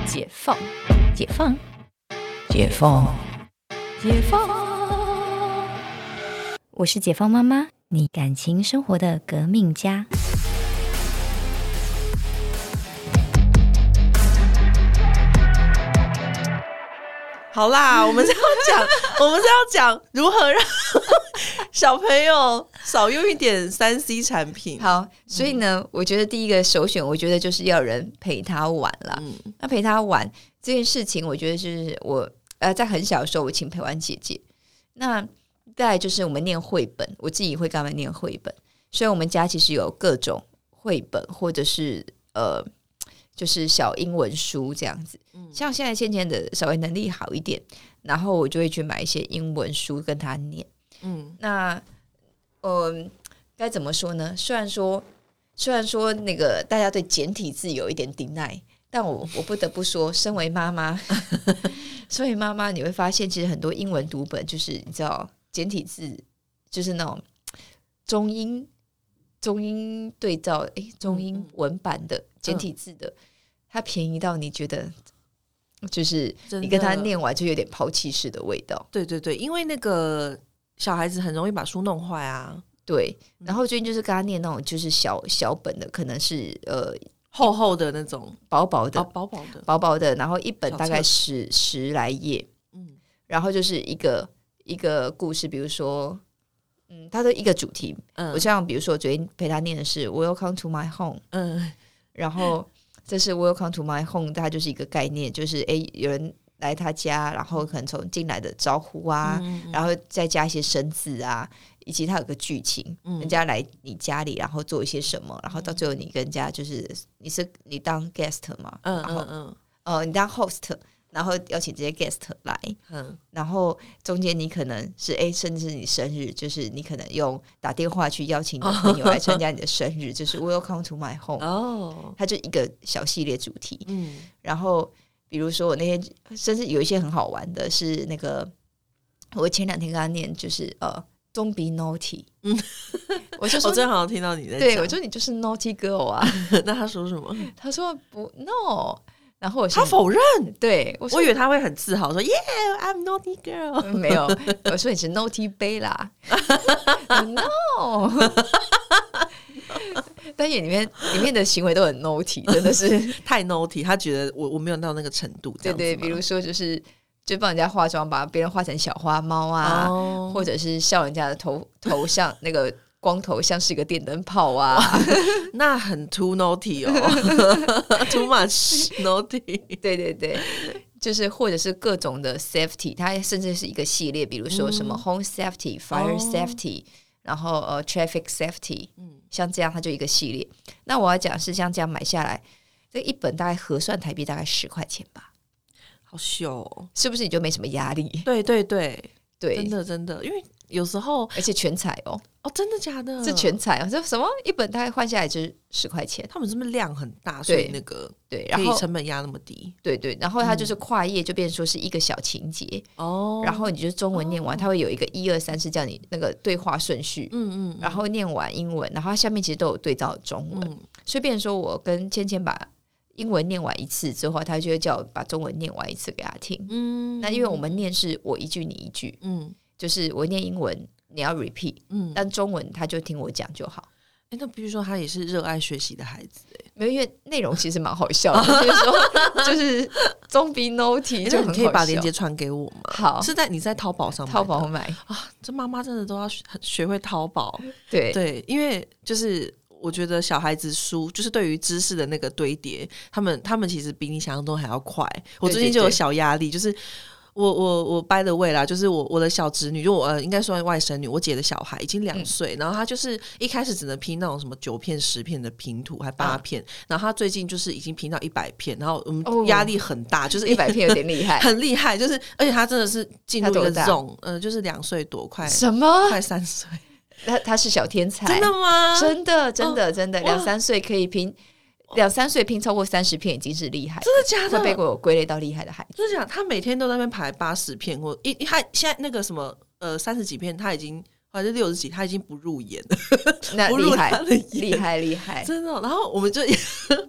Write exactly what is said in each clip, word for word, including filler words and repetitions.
解放，解放，解放，解放。我是解放妈妈，你感情生活的革命家。 好啦，我们是要讲，我们是要讲如何让小朋友少用一点三 C 产品。 好，所以呢，嗯、我觉得第一个首选，我觉得就是要人陪他玩啦。嗯、那陪他玩这件事情，我觉得是我呃在很小的时候，我请陪玩姐姐。那再来就是我们念绘本，我自己会跟他们念绘本，所以我们家其实有各种绘本，或者是呃。就是小英文书这样子，嗯、像现在芊芊的稍微能力好一点，然后我就会去买一些英文书跟他念。嗯，那嗯，该怎么说呢？虽然说，虽然说那个大家对简体字有一点抵赖，但我我不得不说，身为妈妈，身为妈妈，你会发现其实很多英文读本就是你知道简体字，就是那种中英中英对照，哎，中英文版的简体字的。嗯它便宜到你觉得就是你跟他念完就有点抛弃式的味道。 对对对，因为那个小孩子很容易把书弄坏啊。 对，然后最近就是跟他念那种就是小小本的，可能是呃厚厚的那种薄薄的、 哦、薄薄的薄薄的，然后一本大概十十来页，嗯，然后就是一个一个故事，比如说嗯，它的一个主题，嗯，我像比如说我昨天陪他念的是 Welcome to my home， 嗯，然后这是 Welcome to my home， 它就是一个概念，就是诶有人来他家，然后可能从进来的招呼啊，嗯嗯然后再加一些生字啊，以及它有个剧情，嗯、人家来你家里，然后做一些什么，然后到最后你跟人家就是你是你当 guest 嘛，嗯然后嗯嗯呃你当 host， 然后邀请这些 guest 来，嗯，然后中间你可能是诶甚至是你生日，就是你可能用打电话去邀请你的朋友来参加你的生日，就是 Welcome to my home，哦，它就一个小系列主题，嗯，然后比如说我那天甚至有一些很好玩的是那个，我前两天跟他念就是呃 Don't be naughty， 嗯，我就说我真好听到你在讲， 对我说你就是 naughty girl 啊， 那他说什么？ 他说不 no。然后我他否认， 对 我, 我以为他会很自豪说 Yeah I'm naughty girl， 没有，我说你是 naughty Bella no 但也里面里面的行为都很 naughty， 真的是太 naughty， 他觉得我我没有到那个程度， 对对，比如说就是就帮人家化妆，把别人画成小花猫啊，哦、或者是笑人家的头头像那个光头像是一个电灯泡啊， 那很 too naughty 哦too much naughty， 对对对，就是或者是各种的 safety， 它甚至是一个系列，比如说什么 home safety、fire safety，、哦、然后呃 traffic safety，、嗯、像这样它就一个系列。那我要讲是像这样买下来，这一本大概核算台币大概十块钱吧， 好秀哦， 是不是你就没什么压力？ 对对对对， 真的真的，因为有时候而且全彩哦。 哦，真的假的？ 是全彩哦，这什么一本大概换下来就是十块钱。 他们是不是量很大，所以那个对，然后成本压那么低？ 对对，然后它就是跨页就变成说是一个小情节哦，然后你就中文念完，哦、它会有一个一二三是叫你那个对话顺序，嗯 嗯, 嗯，然后念完英文，然后它下面其实都有对照的中文，嗯、所以变成说我跟芊芊把英文念完一次之后，他就会叫我把中文念完一次给他听，嗯，那因为我们念是我一句你一句，嗯，就是我念英文。你要 repeat， 嗯，但中文他就听我讲就好。 欸、那比如说他也是热爱学习的孩子、欸， 没有，因为内容其实蛮好笑的，就是说就是 Don't be naughty， 就很好笑。 你可以把链接传给我吗？ 好， 是在你在淘宝上买的？ 淘宝买啊，这妈妈真的都要学会淘宝。 对对，因为就是我觉得小孩子书就是对于知识的那个堆叠，他们他们其实比你想象中还要快。我最近就有小压力，就是。我我我 by the way 啦，就是我我的小侄女，就我、呃、应该算外甥女，我姐的小孩已经两岁、嗯，然后她就是一开始只能拼那种什么九片十片的拼图，还八片、啊，然后她最近就是已经拼到一百片，然后我们压力很大，哦、就是一百片有点厉害， 很厉害，就是而且她真的是进入一个 zone， 呃，就是两岁多，快什么快三岁， 她她是小天才， 真的吗？ 真的真的、哦、真的，两三岁可以拼。两三岁拼超过三十片已经是厉害， 真的假的？ 会被我归类到厉害的孩子。 真的假的？他每天都在那边排八十片，或一他现在那个什么呃三十几片，他已经还是六十几，他已经不入眼了。 那厉害，厉害厉害， 真的。然后我们就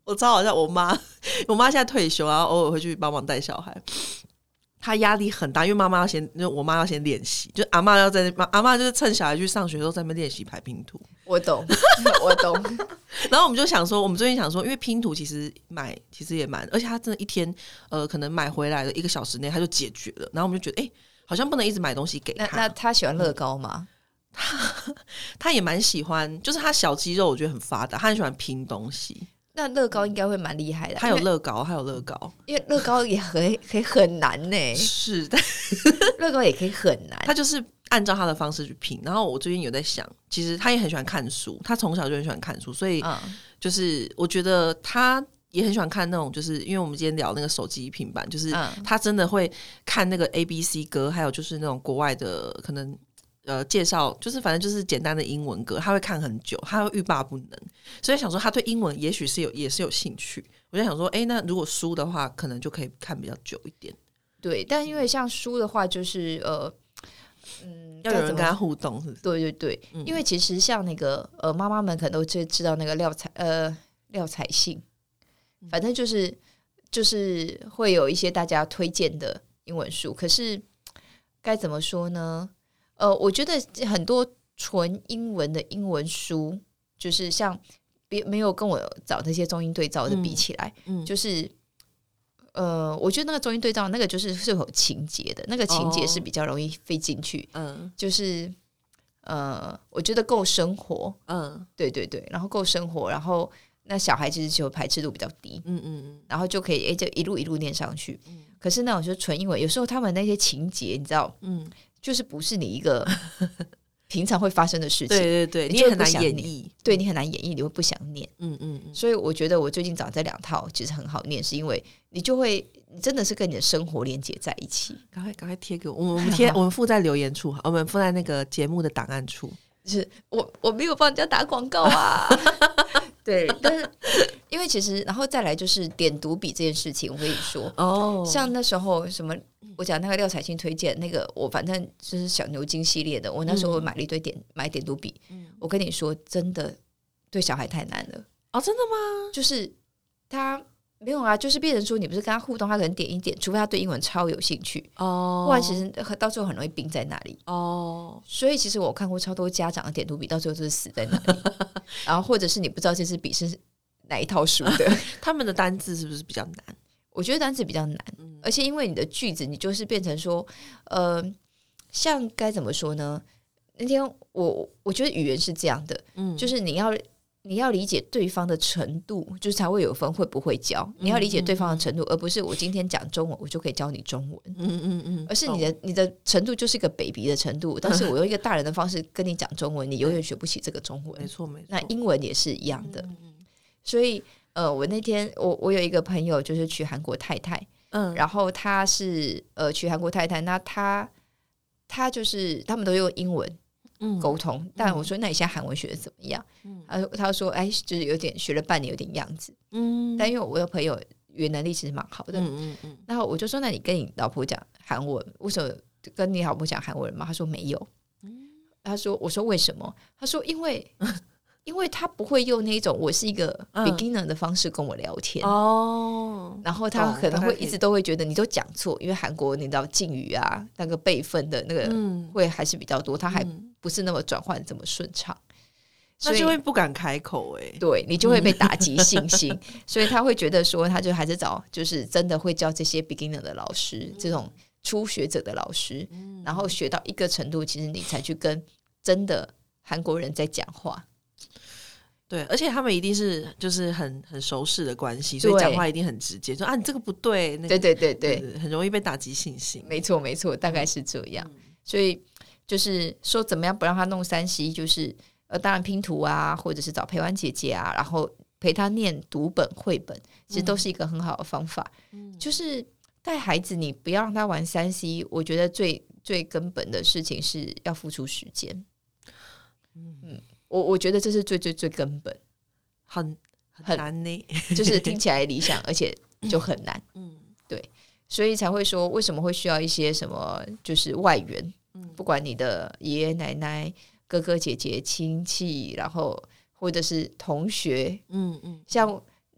我超好笑，我妈我妈现在退休，然后偶尔会去帮忙带小孩。她压力很大，因为妈妈要先，就我妈要先练习，就阿嬷要在那，阿嬷就是趁小孩去上学的时候在那边练习排拼图。 我懂，我懂。 然后我们就想说，我们最近想说，因为拼图其实买其实也蛮，而且它真的一天，呃，可能买回来的一个小时内它就解决了。然后我们就觉得，哎、欸，好像不能一直买东西给他。 那那他喜欢乐高吗？ 他他也蛮喜欢，就是他小肌肉我觉得很发达，他很喜欢拼东西。 那乐高应该会蛮厉害的。 他有乐高，他有乐高， 因为乐高也很可以很难呢。 是的， 乐高也可以很难。 他就是按照他的方式去拼。然后我最近有在想，其实他也很喜欢看书，他从小就很喜欢看书，所以就是我觉得他也很喜欢看那种，就是因为我们今天聊那个手机平板，就是他真的会看那个 A B C 歌，还有就是那种国外的可能。呃，介绍就是反正就是简单的英文歌，他会看很久，他会欲罢不能，所以想说他对英文也许是有也是有兴趣。我就想说，哎、欸，那如果书的话，可能就可以看比较久一点。 对，但因为像书的话，就是呃，嗯， 要有人跟他互动，是不是？ 对对对，嗯、因为其实像那个呃，妈妈们可能都知知道那个廖彩呃廖彩信，反正就是就是会有一些大家推荐的英文书，可是该怎么说呢？呃，我觉得很多纯英文的英文书，就是像别没有跟我找那些中英对照的比起来，嗯嗯、就是呃，我觉得那个中英对照那个就是是有情节的，那个情节是比较容易飞进去，嗯、哦，就是呃，我觉得够生活，嗯，对对对，然后够生活，然后那小孩子就排斥度比较低，嗯嗯嗯，然后就可以哎就一路一路念上去，嗯，可是那种就是纯英文，有时候他们那些情节，你知道，嗯。就是不是你一个平常会发生的事情，对对对，你也很难演绎， 对你很难演绎，你会不想念，嗯嗯嗯。所以我觉得我最近找这两套其实很好念，是因为你就会你真的是跟你的生活连接在一起。 赶快赶快贴给我，我们贴我们附在留言处，我们附在那个节目的档案处。 就是我我没有帮人家打广告啊，对，但是因为其实然后再来就是点读笔这件事情，我跟你说哦，像那时候什么。我讲那个廖彩杏推荐那个，我反正就是小牛津系列的。我那时候买了一堆点、嗯、买点读笔、嗯，我跟你说，真的对小孩太难了。 哦，真的吗？ 就是他没有啊，就是变成说你不是跟他互动，他可能点一点，除非他对英文超有兴趣哦，不然其实到最后很容易冰在那里哦。所以其实我看过超多家长的点读笔，到最后就是死在那里。然后或者是你不知道这支笔是哪一套书的， 他们的单字是不是比较难？ 我觉得单词比较难、嗯，而且因为你的句子，你就是变成说，呃，像该怎么说呢？那天我我觉得语言是这样的，嗯，就是你要你要理解对方的程度，就是才会有分会不会教。你要理解对方的程度，嗯嗯嗯，而不是我今天讲中文，我就可以教你中文，嗯嗯嗯，而是你的、哦、你的程度就是一个 baby 的程度，但是我用一个大人的方式跟你讲中文，你永远学不起这个中文。 没错没错， 那英文也是一样的，嗯嗯，所以。呃，我那天我我有一个朋友就是娶韩国太太，嗯，然后他是呃娶韩国太太，那他他就是他们都用英文沟通，嗯、但我说那你现在韩文学的怎么样？嗯，他他说哎，就是有点学了半年有点样子，嗯，但因为我的朋友语言能力其实蛮好的，嗯嗯嗯，然后我就说那你跟你老婆讲韩文，为什么跟你老婆讲韩文吗？他说没有，嗯，他说我说为什么？他说因为。因为他不会用那种我是一个 beginner 的方式跟我聊天、嗯、哦，然后他可能会一直都会觉得你都讲错，因为韩国你知道敬语啊那个辈分的那个会还是比较多，他还不是那么转换这么顺畅、嗯， 那就会不敢开口哎、欸， 对你就会被打击信心、嗯，所以他会觉得说他就还是找就是真的会教这些 beginner 的老师、嗯，这种初学者的老师、嗯，然后学到一个程度，其实你才去跟真的韩国人在讲话。 对，而且他们一定是就是很很熟识的关系，所以讲话一定很直接，说啊你这个不对，那个、 对对对对， 对很容易被打击信心。 没错没错，大概是这样。嗯、所以就是说怎么样不让他弄三 C， 就是呃当然拼图啊，或者是找陪玩姐姐啊，然后陪他念读本绘本，其实都是一个很好的方法。嗯，就是带孩子你不要让他玩三 C， 我觉得最最根本的事情是要付出时间。嗯嗯。我我觉得这是最最最根本， 很很难呢， 就是听起来理想，而且就很难。嗯，对，所以才会说为什么会需要一些什么，就是外援，嗯、不管你的爷爷奶奶、哥哥姐姐、亲戚，然后或者是同学，嗯嗯，像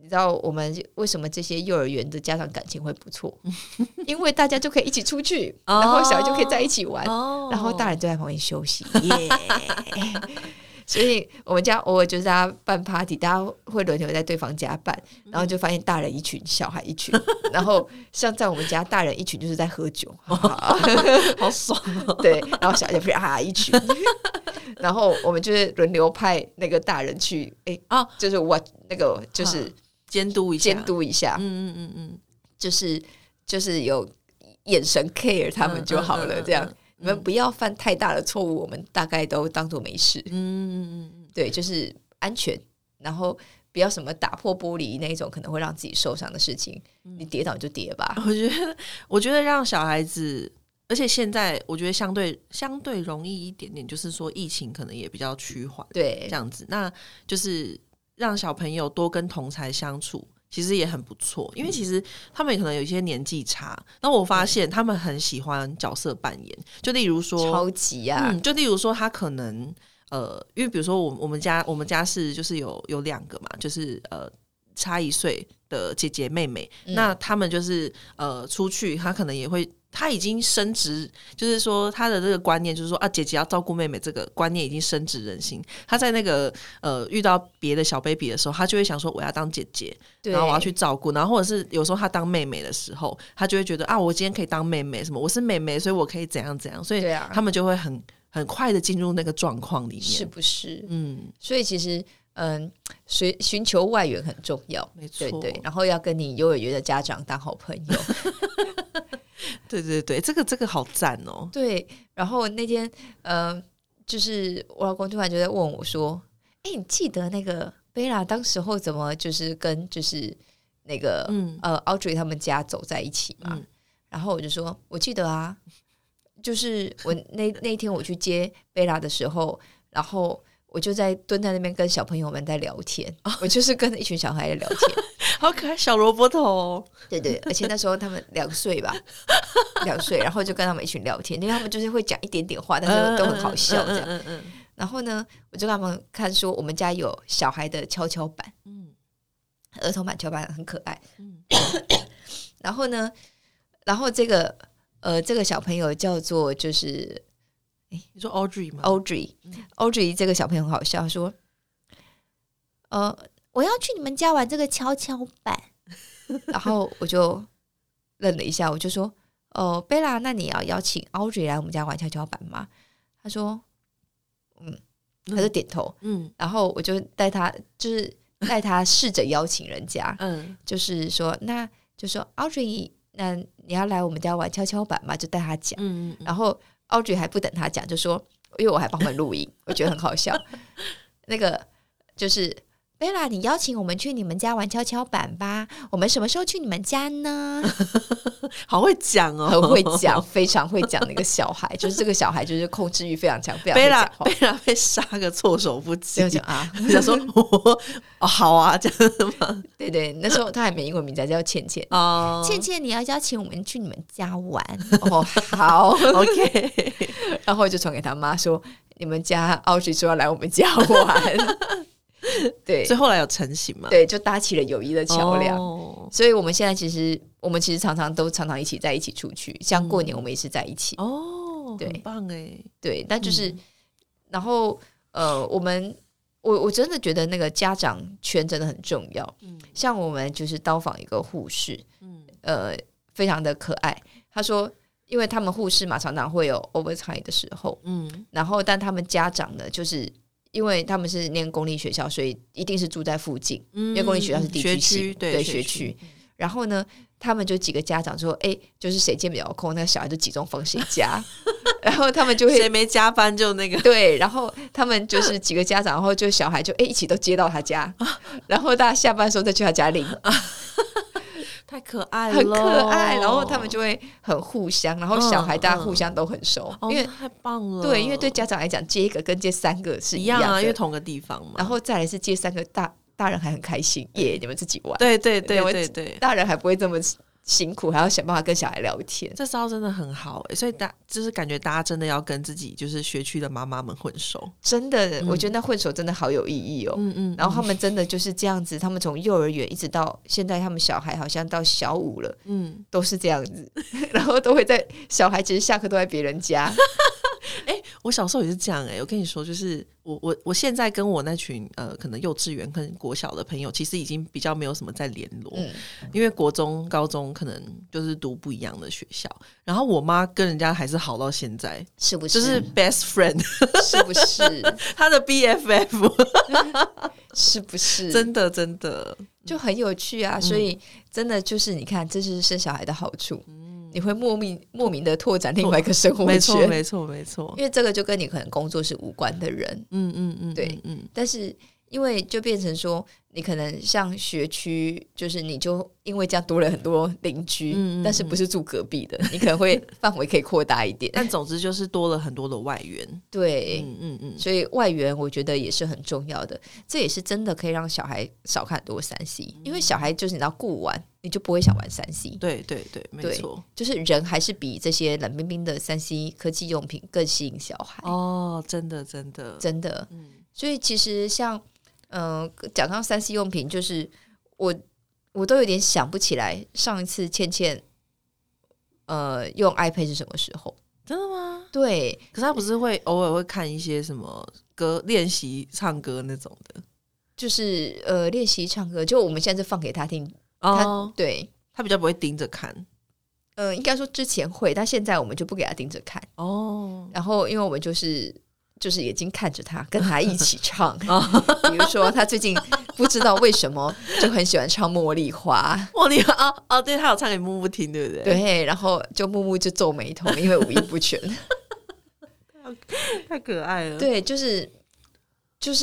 你知道我们为什么这些幼儿园的家长感情会不错？因为大家就可以一起出去，然后小孩就可以在一起玩，哦、然后大人就在旁边休息。耶、yeah 所以我们家偶尔就是大家办 party， 大家会轮流在对方家办，然后就发现大人一群，小孩一群。然后像在我们家，大人一群就是在喝酒， 好爽哦。 对，然后小孩就啊一群。然后我们就是轮流派那个大人去，哎啊，就是我那个就是监督一下， 监督一下，嗯嗯嗯嗯，就是就是有眼神 care 他们就好了，这样。你们不要犯太大的错误，我们大概都当作没事。嗯，对，就是安全，然后不要什么打破玻璃那种可能会让自己受伤的事情，嗯、你跌倒就跌吧。 我觉得，我觉得让小孩子，而且现在我觉得相对相对容易一点点，就是说疫情可能也比较趋缓， 对， 这样子，那就是让小朋友多跟同侪相处。其实也很不错，因为其实他们可能有一些年纪差，那我发现他们很喜欢角色扮演，就例如说超级啊、 嗯，就例如说他可能呃，因为比如说我我们家我们家是就是有有两个嘛，就是呃差一岁的姐姐妹妹，嗯、那他们就是呃出去，他可能也会。他已经深植，就是说他的这个观念就是说啊，姐姐要照顾妹妹，这个观念已经深植人心。他在那个呃遇到别的小 baby 的时候，他就会想说我要当姐姐，然后我要去照顾，然后或者是有时候他当妹妹的时候，他就会觉得啊，我今天可以当妹妹，什么我是妹妹，所以我可以怎样怎样，所以他们就会很很快的进入那个状况里面， 是不是？嗯，所以其实嗯，寻寻求外援很重要， 没错， 对对，然后要跟你幼儿园的家长当好朋友。 对对对，这个这个好赞哦。 对，然后那天呃，就是我老公突然就在问我说：“哎，你记得那个贝拉当时候怎么就是跟就是那个、嗯、呃 Audrey 他们家走在一起嘛？”嗯、然后我就说：“我记得啊，就是我那那一天我去接贝拉的时候，然后我就在蹲在那边跟小朋友们在聊天，哦、我就是跟一群小孩在聊天。” 好可爱，小萝卜头、哦。 对对，而且那时候他们两岁吧，两岁，然后就跟他们一群聊天，因为他们就是会讲一点点话，但是都很好笑这样。嗯嗯嗯嗯、然后呢，我就让他们看说，我们家有小孩的跷跷板，嗯，儿童版跷板很可爱。嗯、然后呢，然后这个呃，这个小朋友叫做就是， 你说 Audrey 吗 ？Audrey，Audrey、嗯、Audrey 这个小朋友很好笑，说，呃。我要去你们家玩这个跷跷板，然后我就愣了一下，我就说：“哦，贝拉，那你要邀请 Audrey 来我们家玩跷跷板吗？”他说：“嗯。”他就点头。嗯，然后我就带他，就是带他试着邀请人家，嗯，就是说，那就说 Audrey，那你要来我们家玩跷跷板吗？就带他讲。嗯嗯嗯然后 Audrey 还不等他讲，就说：“因为我还帮他们录音，我觉得很好笑。”那个就是。贝拉，你邀请我们去你们家玩跷跷板吧？我们什么时候去你们家呢？ 好会讲哦， 很会讲，非常会讲。那个小孩，就是这个小孩，就是控制欲非常强，非常会讲话。 贝拉被杀个措手不及， 就啊， 想说我哦好啊，这样吗？ 对对，那时候他还没英文名字，叫倩倩哦。倩倩，你要邀请我们去你们家玩哦？好 ，OK。然后就传给他妈说，你们家Audrey说要来我们家玩。对， 所以后来有成型嘛？ 对，就搭起了友谊的桥梁。哦、所以我们现在其实，我们其实常常都常常一起在一起出去，像过年我们也是在一起。 哦，对，很棒哎。 对，但就是，嗯、然后呃，我们我我真的觉得那个家长圈真的很重要。嗯，像我们就是到访一个护士，嗯，呃，非常的可爱。他说，因为他们护士嘛，常常会有 overtime 的时候，嗯，然后但他们家长呢，就是。因为他们是念公立学校，所以一定是住在附近。嗯、因为公立学校是地区性， 对, 对学区。然后呢，他们就几个家长说：“哎，就是谁间比较空，那个小孩就集中放谁家。”然后他们就会谁没加班就那个对。然后他们就是几个家长，然后就小孩就哎一起都接到他家，然后大家下班的时候再去他家领。 太可爱了， 很可爱，然后他们就会很互相，然后小孩大家互相都很熟， 嗯嗯、 因为、 哦、太棒了。 对，因为对家长来讲，接一个跟接三个是一样的， 一样啊，因为同个地方嘛。 然后再来是接三个大大人还很开心，耶，你们自己玩。 对对对对对， 大人还不会这么辛苦，还要想办法跟小孩聊天。 这招真的很好、欸、所以大就是感觉大家真的要跟自己就是学区的妈妈们混熟， 真的、嗯、我觉得那混熟真的好有意义哦。嗯嗯，然后他们真的就是这样子，他们从幼儿园一直到现在，他们小孩好像到小五了，嗯，都是这样子，然后都会在小孩其实下课都在别人家。 哎、欸，我小时候也是这样哎、欸，我跟你说，就是我我我现在跟我那群呃可能幼稚园跟国小的朋友，其实已经比较没有什么在联络、嗯，因为国中、高中可能就是读不一样的学校，然后我妈跟人家还是好到现在， 是不是？ 就是 best friend， 是不是？ 他的 B F F， 是不是？ 真的真的就很有趣啊！嗯、所以真的就是你看，这就是生小孩的好处。嗯，你会莫名莫名的拓展另外一个生活圈， 没错没错没错， 因为这个就跟你可能工作是无关的人，嗯嗯嗯，对，嗯，但是因为就变成说，你可能像学区，就是你就因为这样多了很多邻居，嗯嗯嗯，但是不是住隔壁的，你可能会范围可以扩大一点， 但总之就是多了很多的外援， 对，嗯嗯嗯，所以外援我觉得也是很重要的，这也是真的可以让小孩少看很多三 C， 因为小孩就是你知道顾玩。你就不会想玩三 C， 对对对，没错， 就是人还是比这些冷冰冰的三 C 科技用品更吸引小孩哦，真的真的真的，嗯，所以其实像嗯讲到三 C 用品，就是我我都有点想不起来上一次倩倩呃用 iPad 是什么时候？ 真的吗？ 对， 可是他不是会偶尔会看一些什么歌练习唱歌那种的， 就是呃练习唱歌，就我们现在是放给他听。 哦， 他对他比较不会盯着看， 呃，应该说之前会，但现在我们就不给他盯着看哦。然后，因为我们就是就是眼睛看着他，跟他一起唱。比如说，他最近不知道为什么就很喜欢唱《茉莉花》。 茉莉花哦哦，对，他有唱给木木听，对不对？ 对，然后就木木就皱眉头，因为五音不全， 太可爱了。 对，就是就是，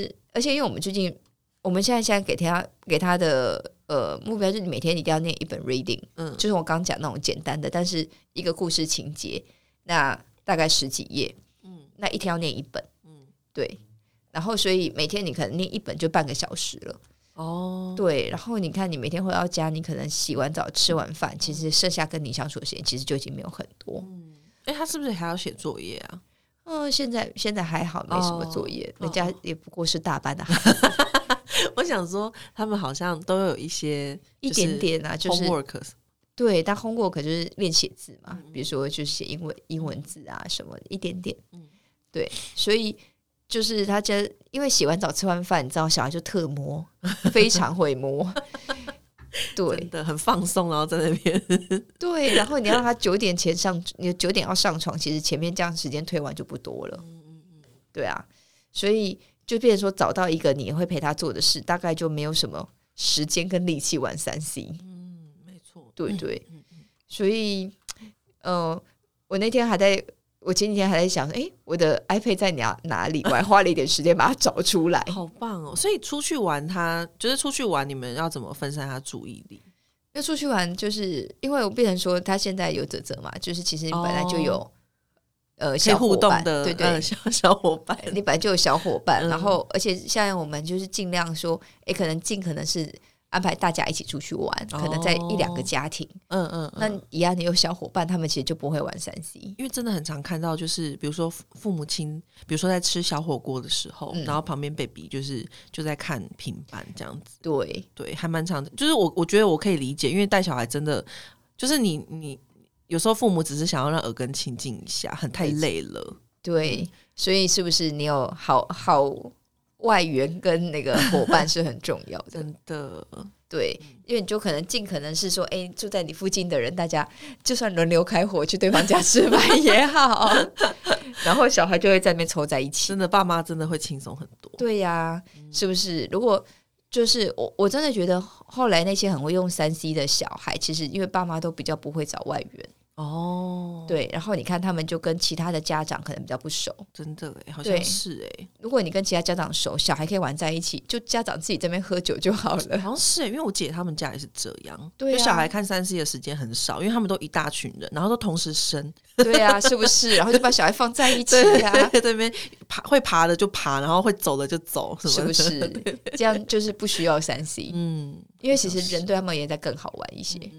而且因为我们最近。我们现在现在给他给他的呃目标就是每天一定要念一本 reading， 嗯，就是我刚刚讲那种简单的，但是一个故事情节，那大概十几页，嗯，那一天要念一本，嗯，对，然后所以每天你可能念一本就半个小时了，哦，对，然后你看你每天回到家，你可能洗完澡吃完饭，其实剩下跟你相处的时间其实就已经没有很多， 嗯，哎，他是不是还要写作业啊？ 嗯，现在现在还好，没什么作业，哦，人家也不过是大班的孩子。 我想说，他们好像都有一些一点点啊，就是 homework， 对，但 homework 就是练写字嘛，嗯，比如说就是写英文英文字啊什么，一点点，嗯，对，所以就是他家，因为洗完澡吃完饭，你知道小孩就特摸，非常会摸，对， 真的很放松，然后在那边， 对，然后你让他九点前上，你九点要上床，其实前面这样时间推完就不多了，嗯嗯嗯，对啊，所以。就变成说找到一个你会陪他做的事，大概就没有什么时间跟力气玩三 C。 嗯，没错， 对对，嗯嗯，所以呃，我那天还在，我前几天还在想，哎，我的 iPad 在哪哪里？我还花了一点时间把它找出来。 好棒哦！所以出去玩他，他就是出去玩，你们要怎么分散他注意力？ 因为出去玩，就是因为我变成说他现在有泽泽嘛，就是其实本来就有。哦呃，小互动的对对、 呃、小小伙伴， 你本来就有小伙伴，嗯、然后而且现在我们就是尽量说，哎，可能尽可能是安排大家一起出去玩，哦、可能在一两个家庭，嗯嗯，那一样你有小伙伴，他们其实就不会玩三 C， 因为真的很常看到，就是比如说父母亲，比如说在吃小火锅的时候，嗯、然后旁边 baby 就是就在看平板这样子， 对对，还蛮常的，就是我我觉得我可以理解，因为带小孩真的就是你你。有时候父母只是想要让耳根清静一下，很太累了。 对，嗯、所以是不是你有好好外援跟那个伙伴是很重要的？ 真的， 对，因为你就可能尽可能是说，哎，住在你附近的人，大家就算轮流开火去对方家吃饭也好，然后小孩就会在那边凑在一起。 真的，爸妈真的会轻松很多。 对呀、啊，是不是？如果就是我，我真的觉得后来那些很会用三 C 的小孩，其实因为爸妈都比较不会找外援。哦，对，然后你看他们就跟其他的家长可能比较不熟， 真的耶，好像是哎。 如果你跟其他家长熟，小孩可以玩在一起，就家长自己在那边喝酒就好了。 好像是耶，因为我姐他们家也是这样， 对、啊， 就小孩看三 C 的时间很少，因为他们都一大群人，然后都同时生， 对啊，是不是？然后就把小孩放在一起啊， 在那边爬会爬的就爬，然后会走的就走， 是不是？对对对，这样就是不需要三 C， 嗯，因为其实人对他们也在更好玩一些。嗯嗯，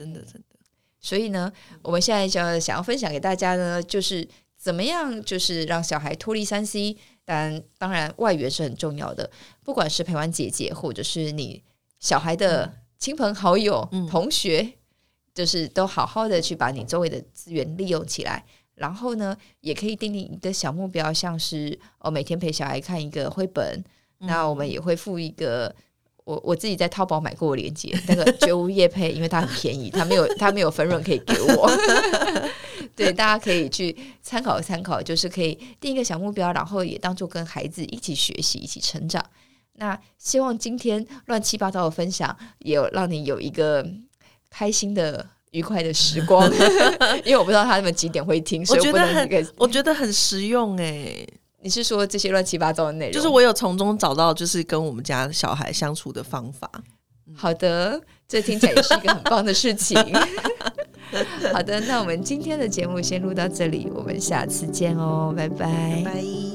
真的真的。 所以呢，我们现在就想要分享给大家呢，就是怎么样就是让小孩脱离 三 C。 当然当然外援是很重要的，不管是陪玩姐姐或者是你小孩的亲朋好友、嗯、同学，就是都好好的去把你周围的资源利用起来。然后呢也可以定定一个小目标，像是、哦、每天陪小孩看一个绘本、嗯、那我们也会附一个我我自己在淘宝买过的链接，那个绝无业配，因为它很便宜，它没有它没有分润可以给我对，大家可以去参考参考，就是可以定一个小目标，然后也当作跟孩子一起学习一起成长。那希望今天乱七八糟的分享也有让你有一个开心的愉快的时光因为我不知道他们几点会听，所以我不能我觉得很我觉得很实用耶。 你是说这些乱七八糟的内容？ 就是我有从中找到就是跟我们家小孩相处的方法。 好的，这听起来也是一个很棒的事情好的，那我们今天的节目先录到这里，我们下次见哦，拜拜， 拜拜。